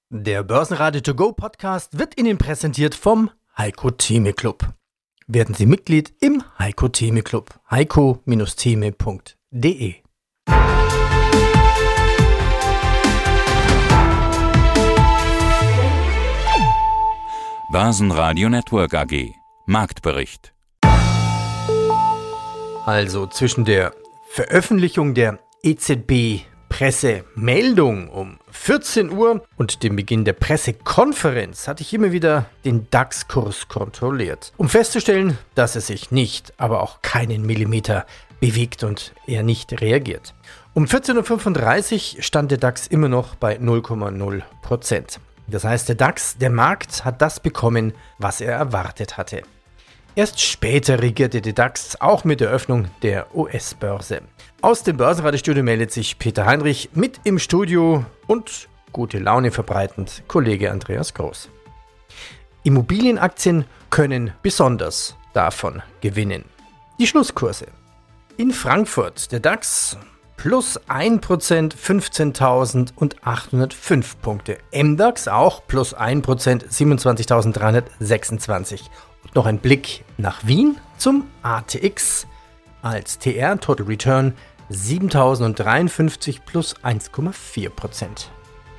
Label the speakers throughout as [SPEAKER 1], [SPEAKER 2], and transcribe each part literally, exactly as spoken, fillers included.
[SPEAKER 1] Der Börsenradio To Go Podcast wird Ihnen präsentiert vom Heiko Theme Club. Werden Sie Mitglied im Heiko Theme Club. heiko Theme punkt de.
[SPEAKER 2] Börsenradio Network A G. Marktbericht.
[SPEAKER 1] Also zwischen der Veröffentlichung der E Z B-Pressemeldung um vierzehn Uhr und dem Beginn der Pressekonferenz hatte ich immer wieder den DAX-Kurs kontrolliert, um festzustellen, dass er sich nicht, aber auch keinen Millimeter bewegt und er nicht reagiert. Um vierzehn Uhr fünfunddreißig stand der DAX immer noch bei null Komma null Prozent. Das heißt, der DAX, der Markt, hat das bekommen, was er erwartet hatte. Erst später regierte der DAX auch mit der Öffnung der U S-Börse. Aus dem Börsenradiostudio meldet sich Peter Heinrich, mit im Studio und gute Laune verbreitend Kollege Andreas Groß. Immobilienaktien können besonders davon gewinnen. Die Schlusskurse. In Frankfurt der DAX plus ein Prozent, fünfzehntausendachthundertfünf Punkte. M DAX auch plus ein Prozent, siebenundzwanzigtausenddreihundertsechsundzwanzig. Und noch ein Blick nach Wien zum A T X als T R, Total Return, siebentausenddreiundfünfzig plus eins Komma vier Prozent.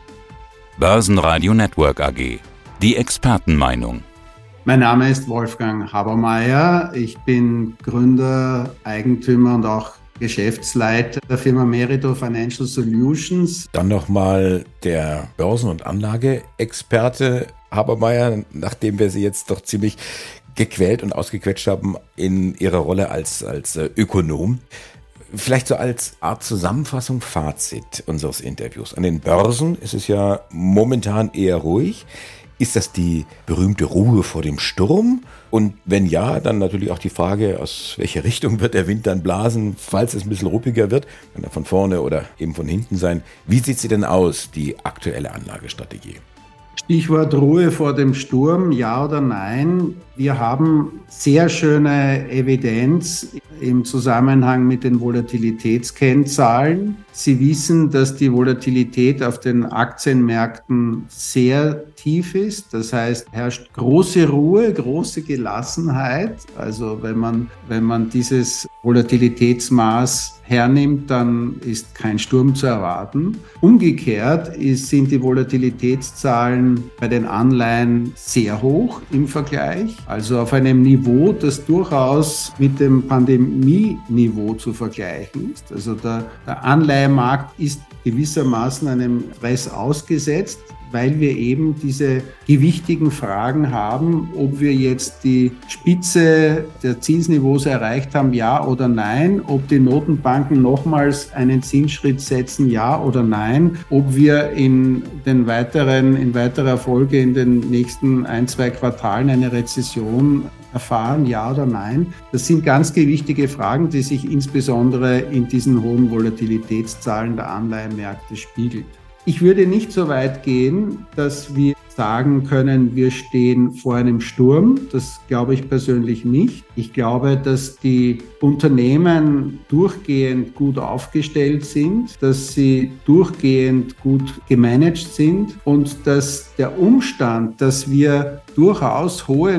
[SPEAKER 2] Börsenradio Network A G. Die Expertenmeinung.
[SPEAKER 3] Mein Name ist Wolfgang Habermayr. Ich bin Gründer, Eigentümer und auch Geschäftsleiter der Firma Merito Financial Solutions.
[SPEAKER 4] Dann nochmal der Börsen- und Anlageexperte Habermayr, nachdem wir Sie jetzt doch ziemlich gequält und ausgequetscht haben in Ihrer Rolle als, als Ökonom. Vielleicht so als Art Zusammenfassung, Fazit unseres Interviews. An den Börsen ist es ja momentan eher ruhig. Ist das die berühmte Ruhe vor dem Sturm? Und wenn ja, dann natürlich auch die Frage, aus welcher Richtung wird der Wind dann blasen, falls es ein bisschen ruppiger wird? Kann er von vorne oder eben von hinten sein? Wie sieht sie denn aus, die aktuelle Anlagestrategie?
[SPEAKER 3] Stichwort Ruhe vor dem Sturm, ja oder nein? Wir haben sehr schöne Evidenz im Zusammenhang mit den Volatilitätskennzahlen. Sie wissen, dass die Volatilität auf den Aktienmärkten sehr tief ist. Das heißt, herrscht große Ruhe, große Gelassenheit. Also wenn man, wenn man dieses Volatilitätsmaß hernimmt, dann ist kein Sturm zu erwarten. Umgekehrt ist, sind die Volatilitätszahlen bei den Anleihen sehr hoch im Vergleich. Also auf einem Niveau, das durchaus mit dem Pandemieniveau zu vergleichen ist. Also der, der Anleihemarkt ist gewissermaßen einem Stress ausgesetzt, weil wir eben diese gewichtigen Fragen haben, ob wir jetzt die Spitze der Zinsniveaus erreicht haben, ja oder nein, ob die Notenbanken nochmals einen Zinsschritt setzen, ja oder nein, ob wir in den weiteren, in weiterer Folge in den nächsten ein, zwei Quartalen eine Rezession erfahren, ja oder nein. Das sind ganz gewichtige Fragen, die sich insbesondere in diesen hohen Volatilitätszahlen der Anleihenmärkte spiegeln. Ich würde nicht so weit gehen, dass wir sagen können, wir stehen vor einem Sturm. Das glaube ich persönlich nicht. Ich glaube, dass die Unternehmen durchgehend gut aufgestellt sind, dass sie durchgehend gut gemanagt sind und dass der Umstand, dass wir durchaus hohe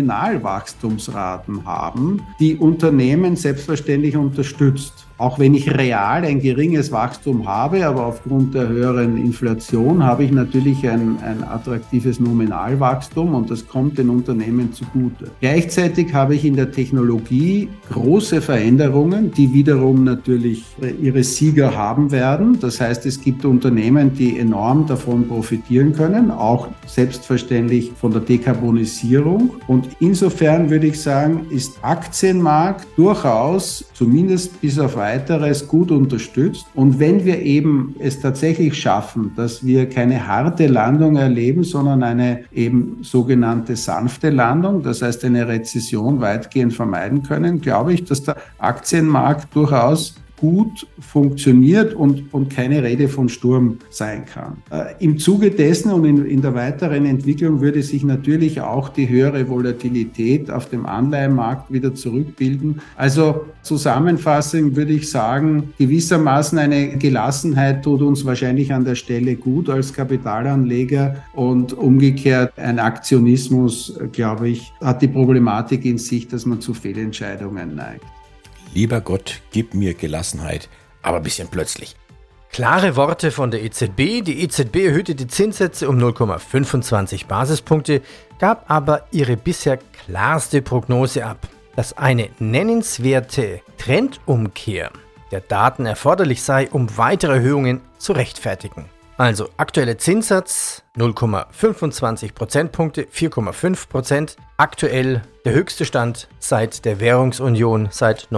[SPEAKER 3] Nominalwachstumsraten haben, die Unternehmen selbstverständlich unterstützt. Auch wenn ich real ein geringes Wachstum habe, aber aufgrund der höheren Inflation habe ich natürlich ein, ein attraktives Nominalwachstum und das kommt den Unternehmen zugute. Gleichzeitig habe ich in der Technologie große Veränderungen, die wiederum natürlich ihre Sieger haben werden. Das heißt, es gibt Unternehmen, die enorm davon profitieren können, auch selbstverständlich von der Dekarbonisierung. Und insofern würde ich sagen, ist Aktienmarkt durchaus, zumindest bis auf weiteres, gut unterstützt. Und wenn wir eben es tatsächlich schaffen, dass wir keine harte Landung erleben, sondern eine eben sogenannte sanfte Landung, das heißt eine Rezession weitgehend vermeiden können, glaube ich, dass der Aktienmarkt durchaus gut funktioniert und, und keine Rede von Sturm sein kann. Äh, Im Zuge dessen und in, in der weiteren Entwicklung würde sich natürlich auch die höhere Volatilität auf dem Anleihenmarkt wieder zurückbilden. Also zusammenfassend würde ich sagen, gewissermaßen eine Gelassenheit tut uns wahrscheinlich an der Stelle gut als Kapitalanleger und umgekehrt ein Aktionismus, glaube ich, hat die Problematik in sich, dass man zu Fehlentscheidungen neigt.
[SPEAKER 4] Lieber Gott, gib mir Gelassenheit, aber ein bisschen plötzlich.
[SPEAKER 1] Klare Worte von der E Z B. Die E Z B erhöhte die Zinssätze um null Komma fünfundzwanzig Basispunkte, gab aber ihre bisher klarste Prognose ab, dass eine nennenswerte Trendumkehr der Daten erforderlich sei, um weitere Erhöhungen zu rechtfertigen. Also aktueller Zinssatz null Komma fünfundzwanzig Prozentpunkte, vier Komma fünf Prozent. Aktuell der höchste Stand seit der Währungsunion seit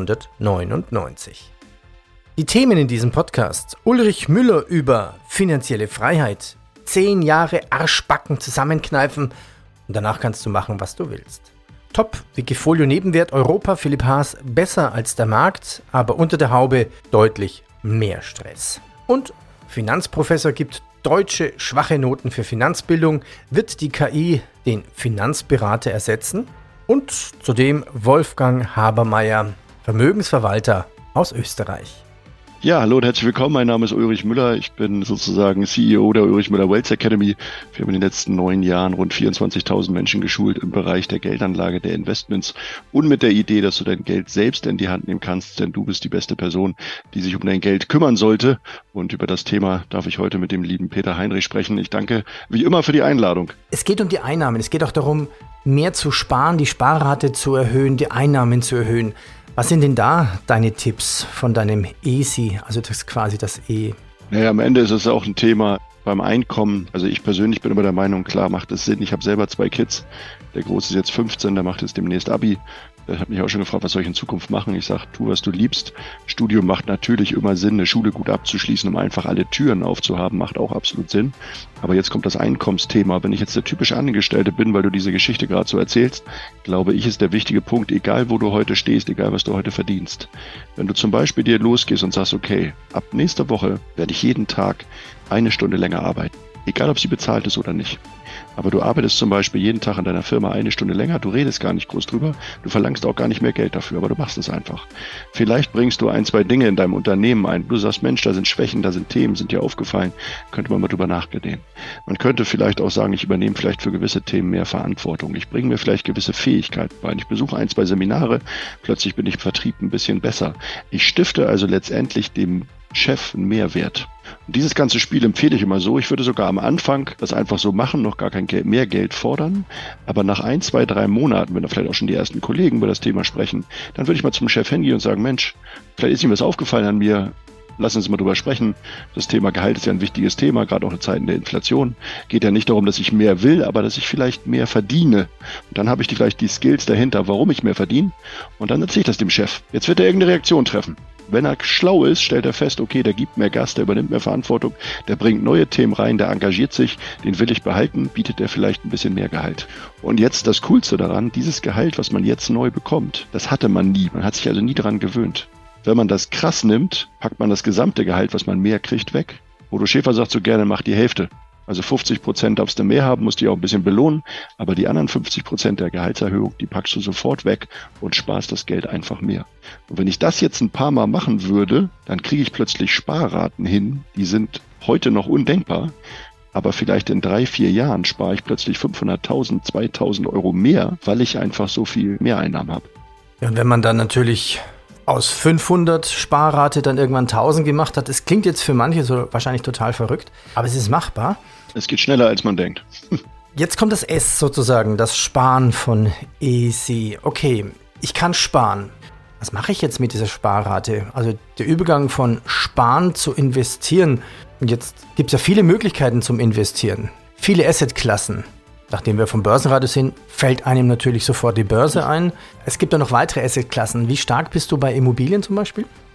[SPEAKER 1] neunzehnhundertneunundneunzig. Die Themen in diesem Podcast: Ulrich Müller über finanzielle Freiheit, zehn Jahre Arschbacken zusammenkneifen und danach kannst du machen, was du willst. Top, Wikifolio Nebenwert Europa, Philipp Haas besser als der Markt, aber unter der Haube deutlich mehr Stress. Und Finanzprofessor gibt deutsche schwache Noten für Finanzbildung, wird die K I den Finanzberater ersetzen? Und zudem Wolfgang Habermeyer, Vermögensverwalter aus Österreich.
[SPEAKER 5] Ja, hallo und herzlich willkommen. Mein Name ist Ulrich Müller. Ich bin sozusagen C E O der Ulrich Müller Wealth Academy. Wir haben in den letzten neun Jahren rund vierundzwanzigtausend Menschen geschult im Bereich der Geldanlage, der Investments und mit der Idee, dass du dein Geld selbst in die Hand nehmen kannst, denn du bist die beste Person, die sich um dein Geld kümmern sollte. Und über das Thema darf ich heute mit dem lieben Peter Heinrich sprechen. Ich danke wie immer für die Einladung.
[SPEAKER 1] Es geht um die Einnahmen. Es geht auch darum, mehr zu sparen, die Sparrate zu erhöhen, die Einnahmen zu erhöhen. Was sind denn da deine Tipps von deinem E S I, also das ist quasi das E?
[SPEAKER 5] Naja, am Ende ist es auch ein Thema beim Einkommen. Also ich persönlich bin immer der Meinung, klar macht es Sinn. Ich habe selber zwei Kids. Der Große ist jetzt fünfzehn, der macht jetzt demnächst Abi. Der hat mich auch schon gefragt, was soll ich in Zukunft machen? Ich sage, tu, was du liebst. Studium macht natürlich immer Sinn, eine Schule gut abzuschließen, um einfach alle Türen aufzuhaben, macht auch absolut Sinn. Aber jetzt kommt das Einkommensthema. Wenn ich jetzt der typische Angestellte bin, weil du diese Geschichte gerade so erzählst, glaube ich, ist der wichtige Punkt, egal wo du heute stehst, egal was du heute verdienst. Wenn du zum Beispiel dir losgehst und sagst, okay, ab nächster Woche werde ich jeden Tag eine Stunde länger arbeiten. Egal, ob sie bezahlt ist oder nicht. Aber du arbeitest zum Beispiel jeden Tag in deiner Firma eine Stunde länger, du redest gar nicht groß drüber, du verlangst auch gar nicht mehr Geld dafür, aber du machst es einfach. Vielleicht bringst du ein, zwei Dinge in deinem Unternehmen ein. Du sagst, Mensch, da sind Schwächen, da sind Themen, sind dir aufgefallen, könnte man mal drüber nachdenken. Man könnte vielleicht auch sagen, ich übernehme vielleicht für gewisse Themen mehr Verantwortung. Ich bringe mir vielleicht gewisse Fähigkeiten bei. Ich besuche ein, zwei Seminare, plötzlich bin ich im Vertrieb ein bisschen besser. Ich stifte also letztendlich dem Chef einen Mehrwert. Und dieses ganze Spiel empfehle ich immer so. Ich würde sogar am Anfang das einfach so machen, noch gar kein Geld, mehr Geld fordern. Aber nach ein, zwei, drei Monaten, wenn da vielleicht auch schon die ersten Kollegen über das Thema sprechen, dann würde ich mal zum Chef hingehen und sagen, Mensch, vielleicht ist ihm was aufgefallen an mir. Lass uns mal drüber sprechen. Das Thema Gehalt ist ja ein wichtiges Thema, gerade auch in Zeiten der Inflation. Geht ja nicht darum, dass ich mehr will, aber dass ich vielleicht mehr verdiene. Und dann habe ich die, vielleicht die Skills dahinter, warum ich mehr verdiene. Und dann erzähle ich das dem Chef. Jetzt wird er irgendeine Reaktion treffen. Wenn er schlau ist, stellt er fest, okay, der gibt mehr Gas, der übernimmt mehr Verantwortung, der bringt neue Themen rein, der engagiert sich, den will ich behalten, bietet er vielleicht ein bisschen mehr Gehalt. Und jetzt das Coolste daran, dieses Gehalt, was man jetzt neu bekommt, das hatte man nie. Man hat sich also nie daran gewöhnt. Wenn man das krass nimmt, packt man das gesamte Gehalt, was man mehr kriegt, weg. Bodo Schäfer sagt so gerne, mach die Hälfte. Also fünfzig Prozent darfst du mehr haben, musst dich auch ein bisschen belohnen, aber die anderen fünfzig Prozent der Gehaltserhöhung, die packst du sofort weg und sparst das Geld einfach mehr. Und wenn ich das jetzt ein paar Mal machen würde, dann kriege ich plötzlich Sparraten hin, die sind heute noch undenkbar, aber vielleicht in drei, vier Jahren spare ich plötzlich fünfhunderttausend, zweitausend Euro mehr, weil ich einfach so viel Mehreinnahmen habe.
[SPEAKER 1] Ja, und wenn man dann natürlich aus fünfhundert Sparrate dann irgendwann tausend gemacht hat, es klingt jetzt für manche so wahrscheinlich total verrückt, aber es ist machbar.
[SPEAKER 5] Es geht schneller, als man denkt.
[SPEAKER 1] Jetzt kommt das S sozusagen, das Sparen von E S I. Okay, ich kann sparen. Was mache ich jetzt mit dieser Sparrate? Also der Übergang von Sparen zu Investieren. Und jetzt gibt es ja viele Möglichkeiten zum Investieren. Viele Assetklassen. Nachdem wir vom Börsenradio sind, fällt einem natürlich sofort die Börse ein. Es gibt ja noch weitere Assetklassen. Wie stark bist du bei Immobilien zum Beispiel?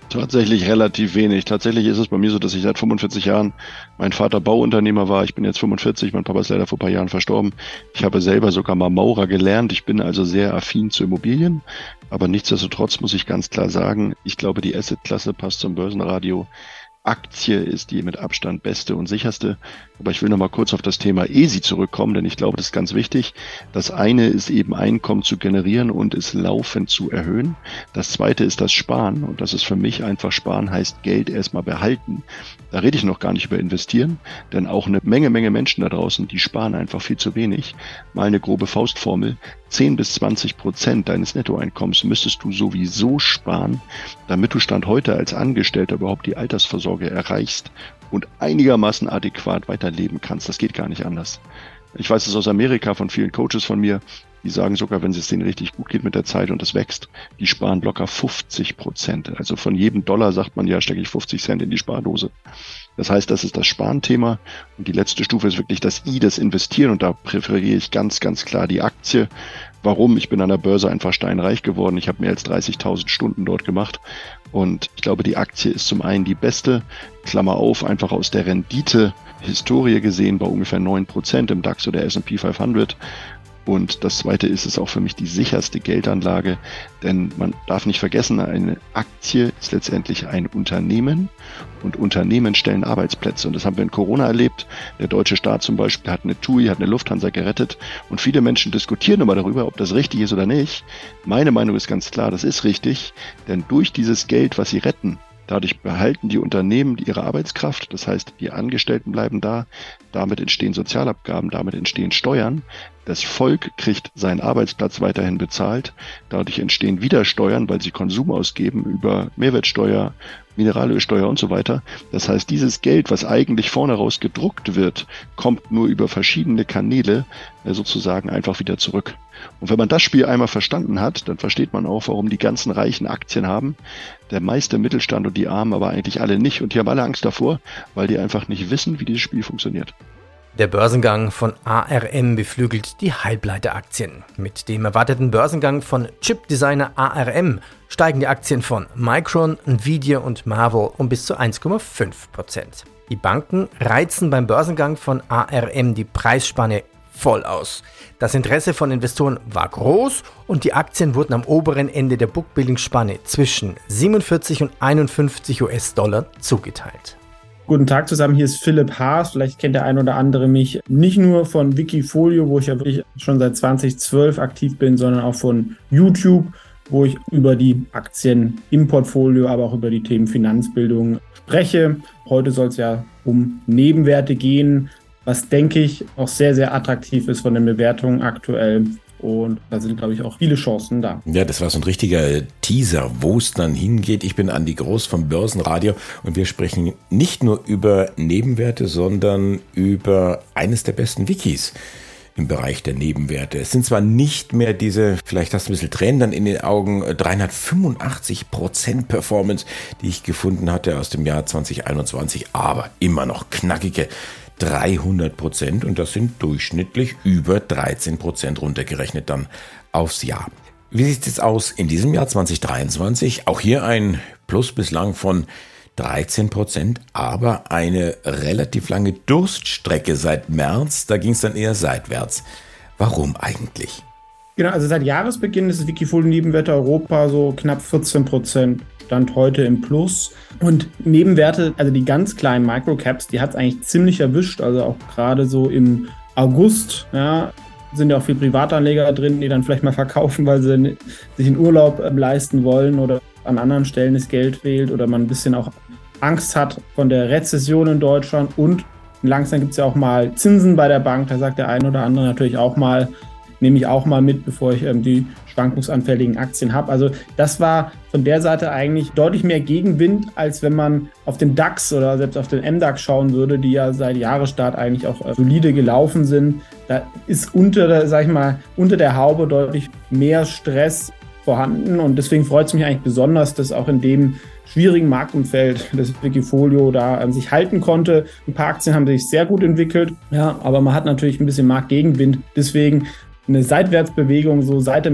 [SPEAKER 5] Tatsächlich relativ wenig. Tatsächlich ist es bei mir so, dass ich seit fünfundvierzig Jahren, mein Vater Bauunternehmer war, ich bin jetzt fünfundvierzig, mein Papa ist leider vor ein paar Jahren verstorben. Ich habe selber sogar mal Maurer gelernt. Ich bin also sehr affin zu Immobilien. Aber nichtsdestotrotz muss ich ganz klar sagen, ich glaube, die Assetklasse passt zum Börsenradio. Aktie ist die mit Abstand beste und sicherste. Aber ich will noch mal kurz auf das Thema E S I zurückkommen, denn ich glaube, das ist ganz wichtig. Das eine ist eben Einkommen zu generieren und es laufend zu erhöhen. Das zweite ist das Sparen und das ist für mich einfach Sparen heißt Geld erstmal behalten. Da rede ich noch gar nicht über investieren, denn auch eine Menge, Menge Menschen da draußen, die sparen einfach viel zu wenig. Mal eine grobe Faustformel. zehn bis zwanzig Prozent deines Nettoeinkommens müsstest du sowieso sparen, damit du Stand heute als Angestellter überhaupt die Altersvorsorge erreichst und einigermaßen adäquat weiterleben kannst. Das geht gar nicht anders. Ich weiß es aus Amerika von vielen Coaches von mir, die sagen sogar, wenn es denen richtig gut geht mit der Zeit und es wächst, die sparen locker fünfzig Prozent. Also von jedem Dollar sagt man, ja, stecke ich fünfzig Cent in die Spardose. Das heißt, das ist das Sparenthema. Und die letzte Stufe ist wirklich das I, das Investieren. Und da präferiere ich ganz, ganz klar die Aktie. Warum? Ich bin an der Börse einfach steinreich geworden. Ich habe mehr als dreißigtausend Stunden dort gemacht. Und ich glaube, die Aktie ist zum einen die beste, Klammer auf, einfach aus der Rendite-Historie gesehen bei ungefähr neun Prozent im DAX oder S und P fünfhundert. Und das zweite ist es auch für mich die sicherste Geldanlage, denn man darf nicht vergessen, eine Aktie ist letztendlich ein Unternehmen und Unternehmen stellen Arbeitsplätze. Und das haben wir in Corona erlebt. Der deutsche Staat zum Beispiel hat eine T U I, hat eine Lufthansa gerettet und viele Menschen diskutieren immer darüber, ob das richtig ist oder nicht. Meine Meinung ist ganz klar, das ist richtig, denn durch dieses Geld, was sie retten, dadurch behalten die Unternehmen ihre Arbeitskraft, das heißt, die Angestellten bleiben da, damit entstehen Sozialabgaben, damit entstehen Steuern. Das Volk kriegt seinen Arbeitsplatz weiterhin bezahlt, dadurch entstehen wieder Steuern, weil sie Konsum ausgeben über Mehrwertsteuer, Mineralölsteuer und so weiter. Das heißt, dieses Geld, was eigentlich vorne raus gedruckt wird, kommt nur über verschiedene Kanäle sozusagen einfach wieder zurück. Und wenn man das Spiel einmal verstanden hat, dann versteht man auch, warum die ganzen Reichen Aktien haben, der meiste Mittelstand und die Armen aber eigentlich alle nicht. Und die haben alle Angst davor, weil die einfach nicht wissen, wie dieses Spiel funktioniert.
[SPEAKER 1] Der Börsengang von A R M beflügelt die Halbleiteraktien. Mit dem erwarteten Börsengang von Chipdesigner A R M steigen die Aktien von Micron, Nvidia und Marvell um bis zu eins Komma fünf Prozent. Die Banken reizen beim Börsengang von A R M die Preisspanne voll aus. Das Interesse von Investoren war groß und die Aktien wurden am oberen Ende der Bookbuilding-Spanne zwischen siebenundvierzig und einundfünfzig US-Dollar zugeteilt.
[SPEAKER 6] Guten Tag zusammen, hier ist Philipp Haas. Vielleicht kennt der ein oder andere mich nicht nur von Wikifolio, wo ich ja wirklich schon seit zwanzig zwölf aktiv bin, sondern auch von YouTube, wo ich über die Aktien im Portfolio, aber auch über die Themen Finanzbildung spreche. Heute soll es ja um Nebenwerte gehen, was, denke ich, auch sehr, sehr attraktiv ist von den Bewertungen aktuell. Und da sind, glaube ich, auch viele Chancen da.
[SPEAKER 4] Ja, das war so ein richtiger Teaser, wo es dann hingeht. Ich bin Andi Groß vom Börsenradio und wir sprechen nicht nur über Nebenwerte, sondern über eines der besten Wikis im Bereich der Nebenwerte. Es sind zwar nicht mehr diese, vielleicht hast du ein bisschen Tränen dann in den Augen, dreihundertfünfundachtzig Prozent Performance, die ich gefunden hatte aus dem Jahr zwanzig einundzwanzig, aber immer noch knackige dreihundert Prozent und das sind durchschnittlich über dreizehn Prozent runtergerechnet dann aufs Jahr. Wie sieht es jetzt aus in diesem Jahr zwanzig dreiundzwanzig? Auch hier ein Plus bislang von dreizehn Prozent, aber eine relativ lange Durststrecke seit März, da ging es dann eher seitwärts. Warum eigentlich?
[SPEAKER 6] Genau, also seit Jahresbeginn ist das Wikifolio Nebenwerte Europa so knapp vierzehn Prozent. Stand heute im Plus. Und Nebenwerte, also die ganz kleinen Microcaps, die hat es eigentlich ziemlich erwischt. Also auch gerade so im August, ja, sind ja auch viele Privatanleger drin, die dann vielleicht mal verkaufen, weil sie sich einen Urlaub äh, leisten wollen oder an anderen Stellen das Geld fehlt oder man ein bisschen auch Angst hat von der Rezession in Deutschland. Und langsam gibt es ja auch mal Zinsen bei der Bank. Da sagt der eine oder andere natürlich auch mal, nehme ich auch mal mit, bevor ich ähm, die schwankungsanfälligen Aktien habe. Also das war von der Seite eigentlich deutlich mehr Gegenwind, als wenn man auf den DAX oder selbst auf den M DAX schauen würde, die ja seit Jahresstart eigentlich auch äh, solide gelaufen sind. Da ist unter der, sag ich mal, unter der Haube deutlich mehr Stress vorhanden und deswegen freut es mich eigentlich besonders, dass auch in dem schwierigen Marktumfeld das Wikifolio da ähm, sich halten konnte. Ein paar Aktien haben sich sehr gut entwickelt, ja, aber man hat natürlich ein bisschen Marktgegenwind. Deswegen eine Seitwärtsbewegung so seit dem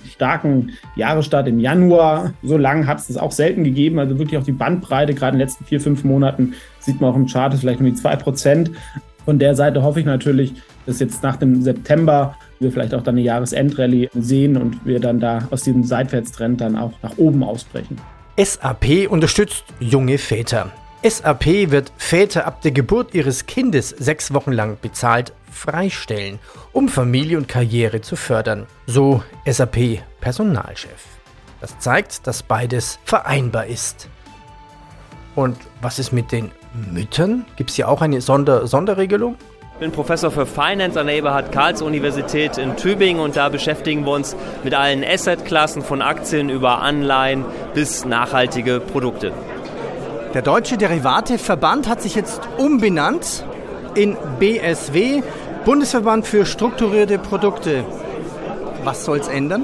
[SPEAKER 6] starken Jahresstart im Januar. So lang hat es das auch selten gegeben. Also wirklich auch die Bandbreite, gerade in den letzten vier, fünf Monaten, sieht man auch im Chart, ist vielleicht nur die zwei Prozent. Von der Seite hoffe ich natürlich, dass jetzt nach dem September wir vielleicht auch dann eine Jahresendrallye sehen und wir dann da aus diesem Seitwärtstrend dann auch nach oben ausbrechen.
[SPEAKER 1] S A P unterstützt junge Väter. S A P wird Väter ab der Geburt ihres Kindes sechs Wochen lang bezahlt freistellen, um Familie und Karriere zu fördern, so S A P-Personalchef. Das zeigt, dass beides vereinbar ist. Und was ist mit den Müttern? Gibt es hier auch eine Sonder- Sonderregelung?
[SPEAKER 7] Ich bin Professor für Finance an der Eberhard Karls Universität in Tübingen und da beschäftigen wir uns mit allen Assetklassen von Aktien über Anleihen bis nachhaltige Produkte.
[SPEAKER 1] Der Deutsche Derivateverband hat sich jetzt umbenannt in B S W, Bundesverband für strukturierte Produkte. Was soll es ändern?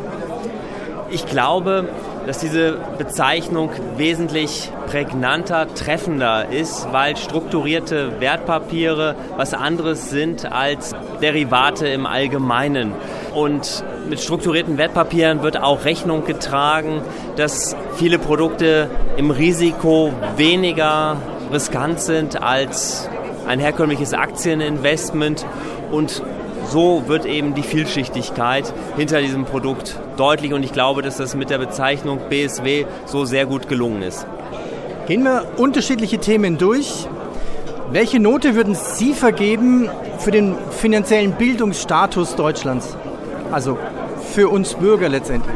[SPEAKER 7] Ich glaube, dass diese Bezeichnung wesentlich prägnanter, treffender ist, weil strukturierte Wertpapiere was anderes sind als Derivate im Allgemeinen. Und mit strukturierten Wertpapieren wird auch Rechnung getragen, dass viele Produkte im Risiko weniger riskant sind als ein herkömmliches Aktieninvestment und so wird eben die Vielschichtigkeit hinter diesem Produkt deutlich und ich glaube, dass das mit der Bezeichnung B S W so sehr gut gelungen ist.
[SPEAKER 1] Gehen wir unterschiedliche Themen durch. Welche Note würden Sie vergeben für den finanziellen Bildungsstatus Deutschlands? Also für uns Bürger letztendlich.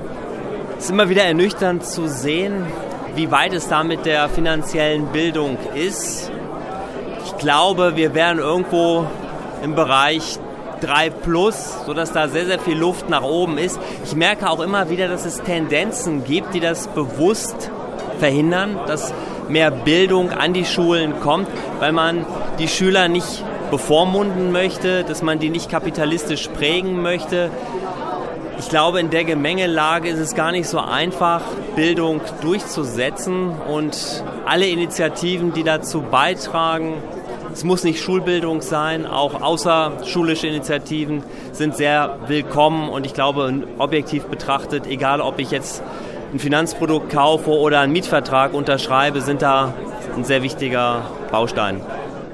[SPEAKER 7] Es ist immer wieder ernüchternd zu sehen, wie weit es da mit der finanziellen Bildung ist. Ich glaube, wir wären irgendwo im Bereich drei plus, sodass da sehr, sehr viel Luft nach oben ist. Ich merke auch immer wieder, dass es Tendenzen gibt, die das bewusst verhindern, dass mehr Bildung an die Schulen kommt, weil man die Schüler nicht bevormunden möchte, dass man die nicht kapitalistisch prägen möchte. Ich glaube, in der Gemengelage ist es gar nicht so einfach, Bildung durchzusetzen und alle Initiativen, die dazu beitragen, es muss nicht Schulbildung sein, auch außerschulische Initiativen sind sehr willkommen und ich glaube, objektiv betrachtet, egal ob ich jetzt ein Finanzprodukt kaufe oder einen Mietvertrag unterschreibe, sind da ein sehr wichtiger Baustein.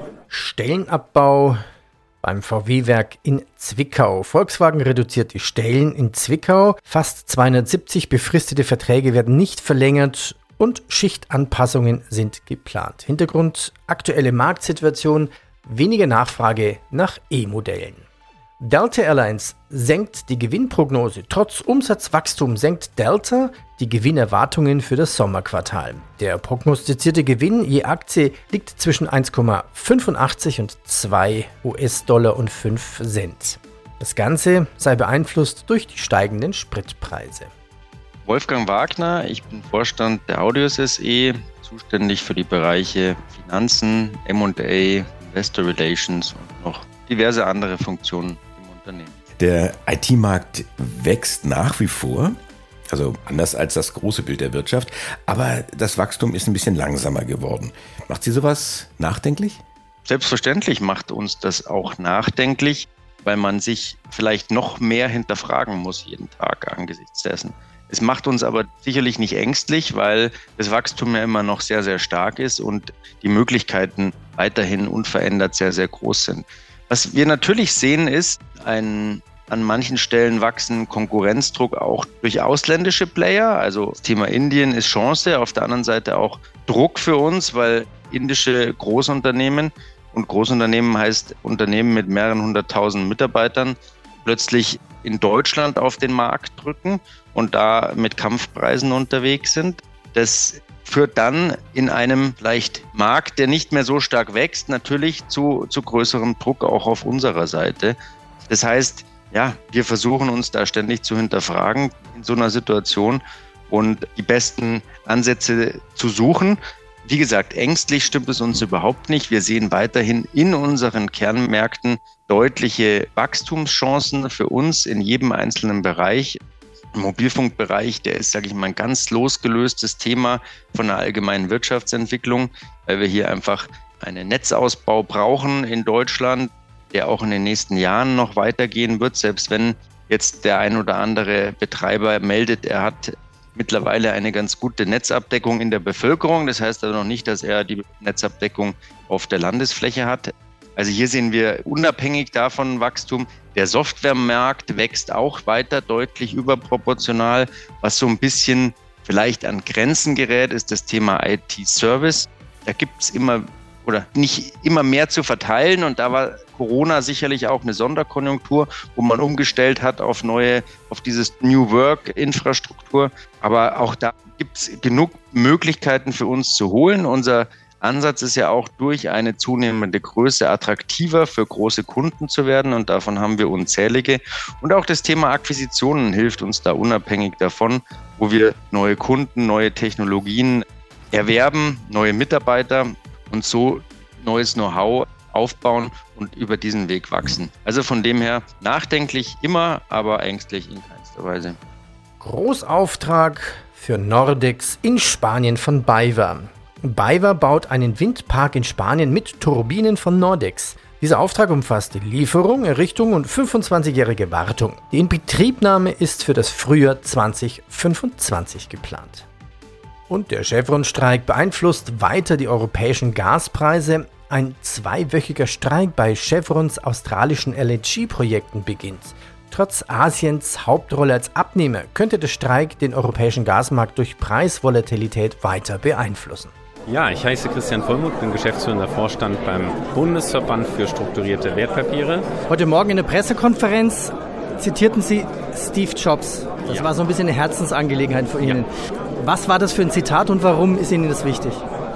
[SPEAKER 1] Stellenabbau beim V W-Werk in Zwickau. Volkswagen reduziert die Stellen in Zwickau. Fast zweihundertsiebzig befristete Verträge werden nicht verlängert und Schichtanpassungen sind geplant. Hintergrund: aktuelle Marktsituation, weniger Nachfrage nach E-Modellen. Delta Airlines senkt die Gewinnprognose. Trotz Umsatzwachstum senkt Delta die Gewinnerwartungen für das Sommerquartal. Der prognostizierte Gewinn je Aktie liegt zwischen eins Komma fünfundachtzig und zwei US-Dollar und fünf Cent. Das Ganze sei beeinflusst durch die steigenden Spritpreise.
[SPEAKER 8] Wolfgang Wagner, ich bin Vorstand der Audios S E, zuständig für die Bereiche Finanzen, M und A, Investor Relations und noch diverse andere Funktionen im Unternehmen.
[SPEAKER 4] Der I T-Markt wächst nach wie vor, also anders als das große Bild der Wirtschaft, aber das Wachstum ist ein bisschen langsamer geworden. Macht Sie sowas nachdenklich?
[SPEAKER 8] Selbstverständlich macht uns das auch nachdenklich, weil man sich vielleicht noch mehr hinterfragen muss jeden Tag angesichts dessen. Es macht uns aber sicherlich nicht ängstlich, weil das Wachstum ja immer noch sehr, sehr stark ist und die Möglichkeiten weiterhin unverändert sehr, sehr groß sind. Was wir natürlich sehen, ist ein an manchen Stellen wachsenden Konkurrenzdruck auch durch ausländische Player. Also das Thema Indien ist Chance, auf der anderen Seite auch Druck für uns, weil indische Großunternehmen, und Großunternehmen heißt Unternehmen mit mehreren hunderttausend Mitarbeitern, plötzlich in Deutschland auf den Markt drücken und da mit Kampfpreisen unterwegs sind. Das führt dann in einem vielleicht Markt, der nicht mehr so stark wächst, natürlich zu, zu größerem Druck auch auf unserer Seite. Das heißt, ja, wir versuchen uns da ständig zu hinterfragen in so einer Situation und die besten Ansätze zu suchen. Wie gesagt, ängstlich stimmt es uns überhaupt nicht. Wir sehen weiterhin in unseren Kernmärkten deutliche Wachstumschancen für uns in jedem einzelnen Bereich. Im Mobilfunkbereich, der ist, sage ich mal, ein ganz losgelöstes Thema von der allgemeinen Wirtschaftsentwicklung, weil wir hier einfach einen Netzausbau brauchen in Deutschland, der auch in den nächsten Jahren noch weitergehen wird, selbst wenn jetzt der ein oder andere Betreiber meldet, er hat mittlerweile eine ganz gute Netzabdeckung in der Bevölkerung. Das heißt aber noch nicht, dass er die Netzabdeckung auf der Landesfläche hat. Also hier sehen wir unabhängig davon Wachstum. Der Softwaremarkt wächst auch weiter deutlich überproportional. Was so ein bisschen vielleicht an Grenzen gerät, ist das Thema I T-Service. Da gibt es immer oder nicht immer mehr zu verteilen. Und da war Corona sicherlich auch eine Sonderkonjunktur, wo man umgestellt hat auf neue, auf dieses New Work-Infrastruktur. Aber auch da gibt es genug Möglichkeiten für uns zu holen. Unser Ansatz ist ja auch, durch eine zunehmende Größe attraktiver für große Kunden zu werden. Und davon haben wir unzählige. Und auch das Thema Akquisitionen hilft uns da unabhängig davon, wo wir neue Kunden, neue Technologien erwerben, neue Mitarbeiter und so neues Know-how aufbauen und über diesen Weg wachsen. Also von dem her nachdenklich immer, aber ängstlich in keinster Weise.
[SPEAKER 1] Großauftrag für Nordex in Spanien von BayWa. BayWa baut einen Windpark in Spanien mit Turbinen von Nordex. Dieser Auftrag umfasst die Lieferung, Errichtung und fünfundzwanzigjährige Wartung. Die Inbetriebnahme ist für das Frühjahr zwanzig fünfundzwanzig geplant. Und der Chevron-Streik beeinflusst weiter die europäischen Gaspreise. Ein zweiwöchiger Streik bei Chevrons australischen L N G-Projekten beginnt. Trotz Asiens Hauptrolle als Abnehmer könnte der Streik den europäischen Gasmarkt durch Preisvolatilität weiter beeinflussen.
[SPEAKER 9] Ja, ich heiße Christian Vollmuth, bin geschäftsführender Vorstand beim Bundesverband für strukturierte Wertpapiere.
[SPEAKER 1] Heute Morgen in der Pressekonferenz zitierten Sie Steve Jobs. Das ja. war so ein bisschen eine Herzensangelegenheit von Ihnen. Ja. Was war das für ein Zitat und warum ist Ihnen das wichtig?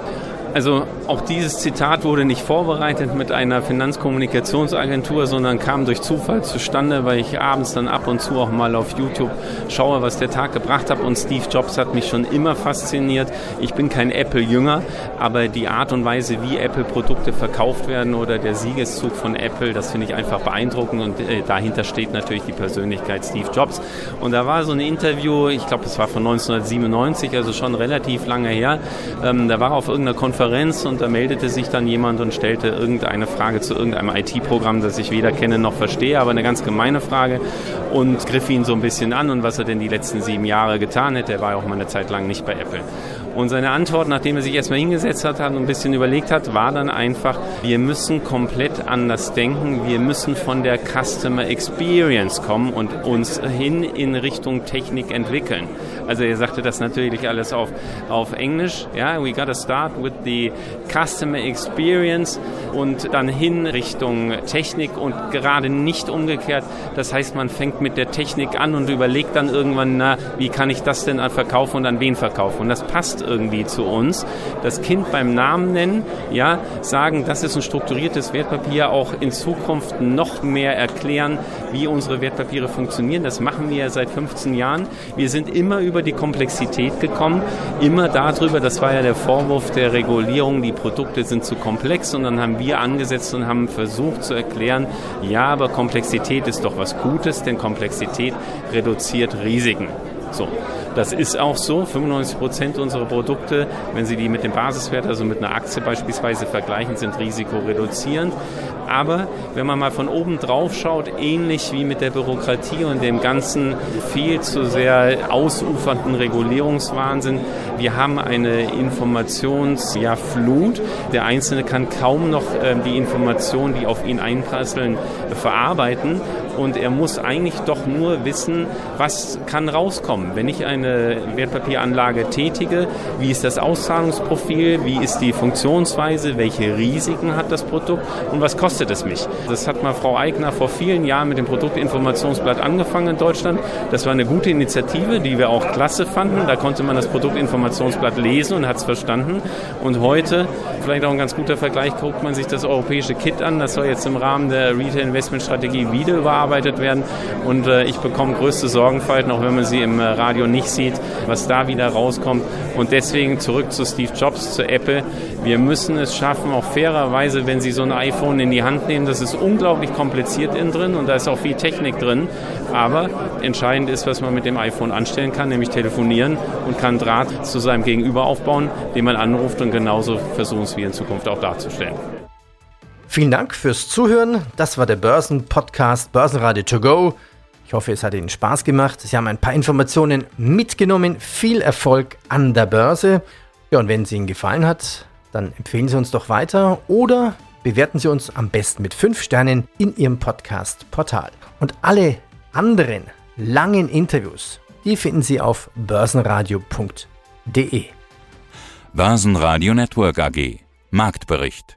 [SPEAKER 9] Also auch dieses Zitat wurde nicht vorbereitet mit einer Finanzkommunikationsagentur, sondern kam durch Zufall zustande, weil ich abends dann ab und zu auch mal auf YouTube schaue, was der Tag gebracht hat. Und Steve Jobs hat mich schon immer fasziniert. Ich bin kein Apple-Jünger, aber die Art und Weise, wie Apple-Produkte verkauft werden oder der Siegeszug von Apple, das finde ich einfach beeindruckend. Und äh, dahinter steht natürlich die Persönlichkeit Steve Jobs. Und da war so ein Interview, ich glaube, das war von neunzehnhundertsiebenundneunzig, also schon relativ lange her. Ähm, da war er auf irgendeiner Konferenz und da meldete sich dann jemand und stellte irgendeine Frage zu irgendeinem I T-Programm, das ich weder kenne noch verstehe, aber eine ganz gemeine Frage und griff ihn so ein bisschen an und was er denn die letzten sieben Jahre getan hätte. Er war ja auch mal eine Zeit lang nicht bei Apple. Und seine Antwort, nachdem er sich erstmal hingesetzt hat und ein bisschen überlegt hat, war dann einfach, wir müssen komplett anders denken, wir müssen von der Customer Experience kommen und uns hin in Richtung Technik entwickeln. Also er sagte das natürlich alles auf, auf Englisch, ja, we gotta start with the Customer Experience und dann hin Richtung Technik und gerade nicht umgekehrt. Das heißt, man fängt mit der Technik an und überlegt dann irgendwann, na, wie kann ich das denn verkaufen und an wen verkaufen? Und das passt irgendwie zu uns. Das Kind beim Namen nennen, ja, sagen, das ist ein strukturiertes Wertpapier, auch in Zukunft noch mehr erklären, wie unsere Wertpapiere funktionieren. Das machen wir ja seit fünfzehn Jahren. Wir sind immer über die Komplexität gekommen, immer darüber, das war ja der Vorwurf der Regulierung, die Produkte sind zu komplex und dann haben wir angesetzt und haben versucht zu erklären, ja, aber Komplexität ist doch was Gutes, denn Komplexität reduziert Risiken. So, das ist auch so. fünfundneunzig Prozent unserer Produkte, wenn Sie die mit dem Basiswert, also mit einer Aktie beispielsweise vergleichen, sind risikoreduzierend. Aber wenn man mal von oben drauf schaut, ähnlich wie mit der Bürokratie und dem ganzen viel zu sehr ausufernden Regulierungswahnsinn, wir haben eine Informationsflut. Der Einzelne kann kaum noch äh, die Informationen, die auf ihn einprasseln, äh, verarbeiten. Und er muss eigentlich doch nur wissen, was kann rauskommen. Wenn ich eine Wertpapieranlage tätige, wie ist das Auszahlungsprofil, wie ist die Funktionsweise, welche Risiken hat das Produkt und was kostet es mich? Das hat mal Frau Eigner vor vielen Jahren mit dem Produktinformationsblatt angefangen in Deutschland. Das war eine gute Initiative, die wir auch klasse fanden. Da konnte man das Produktinformationsblatt lesen und hat es verstanden. Und heute, vielleicht auch ein ganz guter Vergleich, guckt man sich das europäische Kit an. Das soll jetzt im Rahmen der Retail-Investment-Strategie wieder überarbeitet werden und äh, ich bekomme größte Sorgenfalten, auch wenn man sie im äh, Radio nicht sieht, was da wieder rauskommt. Und deswegen zurück zu Steve Jobs, zu Apple. Wir müssen es schaffen, auch fairerweise, wenn Sie so ein iPhone in die Hand nehmen, das ist unglaublich kompliziert innen drin und da ist auch viel Technik drin. Aber entscheidend ist, was man mit dem iPhone anstellen kann, nämlich telefonieren und kann Draht zu seinem Gegenüber aufbauen, den man anruft und genauso versuchen es wir in Zukunft auch darzustellen.
[SPEAKER 1] Vielen Dank fürs Zuhören. Das war der Börsenpodcast Börsenradio to go. Ich hoffe, es hat Ihnen Spaß gemacht. Sie haben ein paar Informationen mitgenommen. Viel Erfolg an der Börse. Ja, und wenn es Ihnen gefallen hat, dann empfehlen Sie uns doch weiter oder bewerten Sie uns am besten mit fünf Sternen in Ihrem Podcast-Portal. Und alle anderen langen Interviews, die finden Sie auf börsenradio punkt de.
[SPEAKER 2] Börsenradio Network A G. Marktbericht.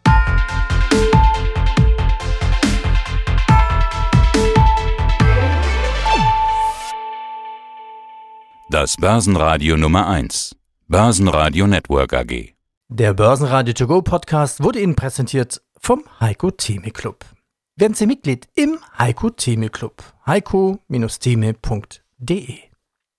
[SPEAKER 2] Das Börsenradio Nummer eins. Börsenradio Network A G.
[SPEAKER 1] Der Börsenradio To Go Podcast wurde Ihnen präsentiert vom Heiko Theme Club. Werden Sie Mitglied im Heiko Theme Club. heiko Bindestrich theme punkt de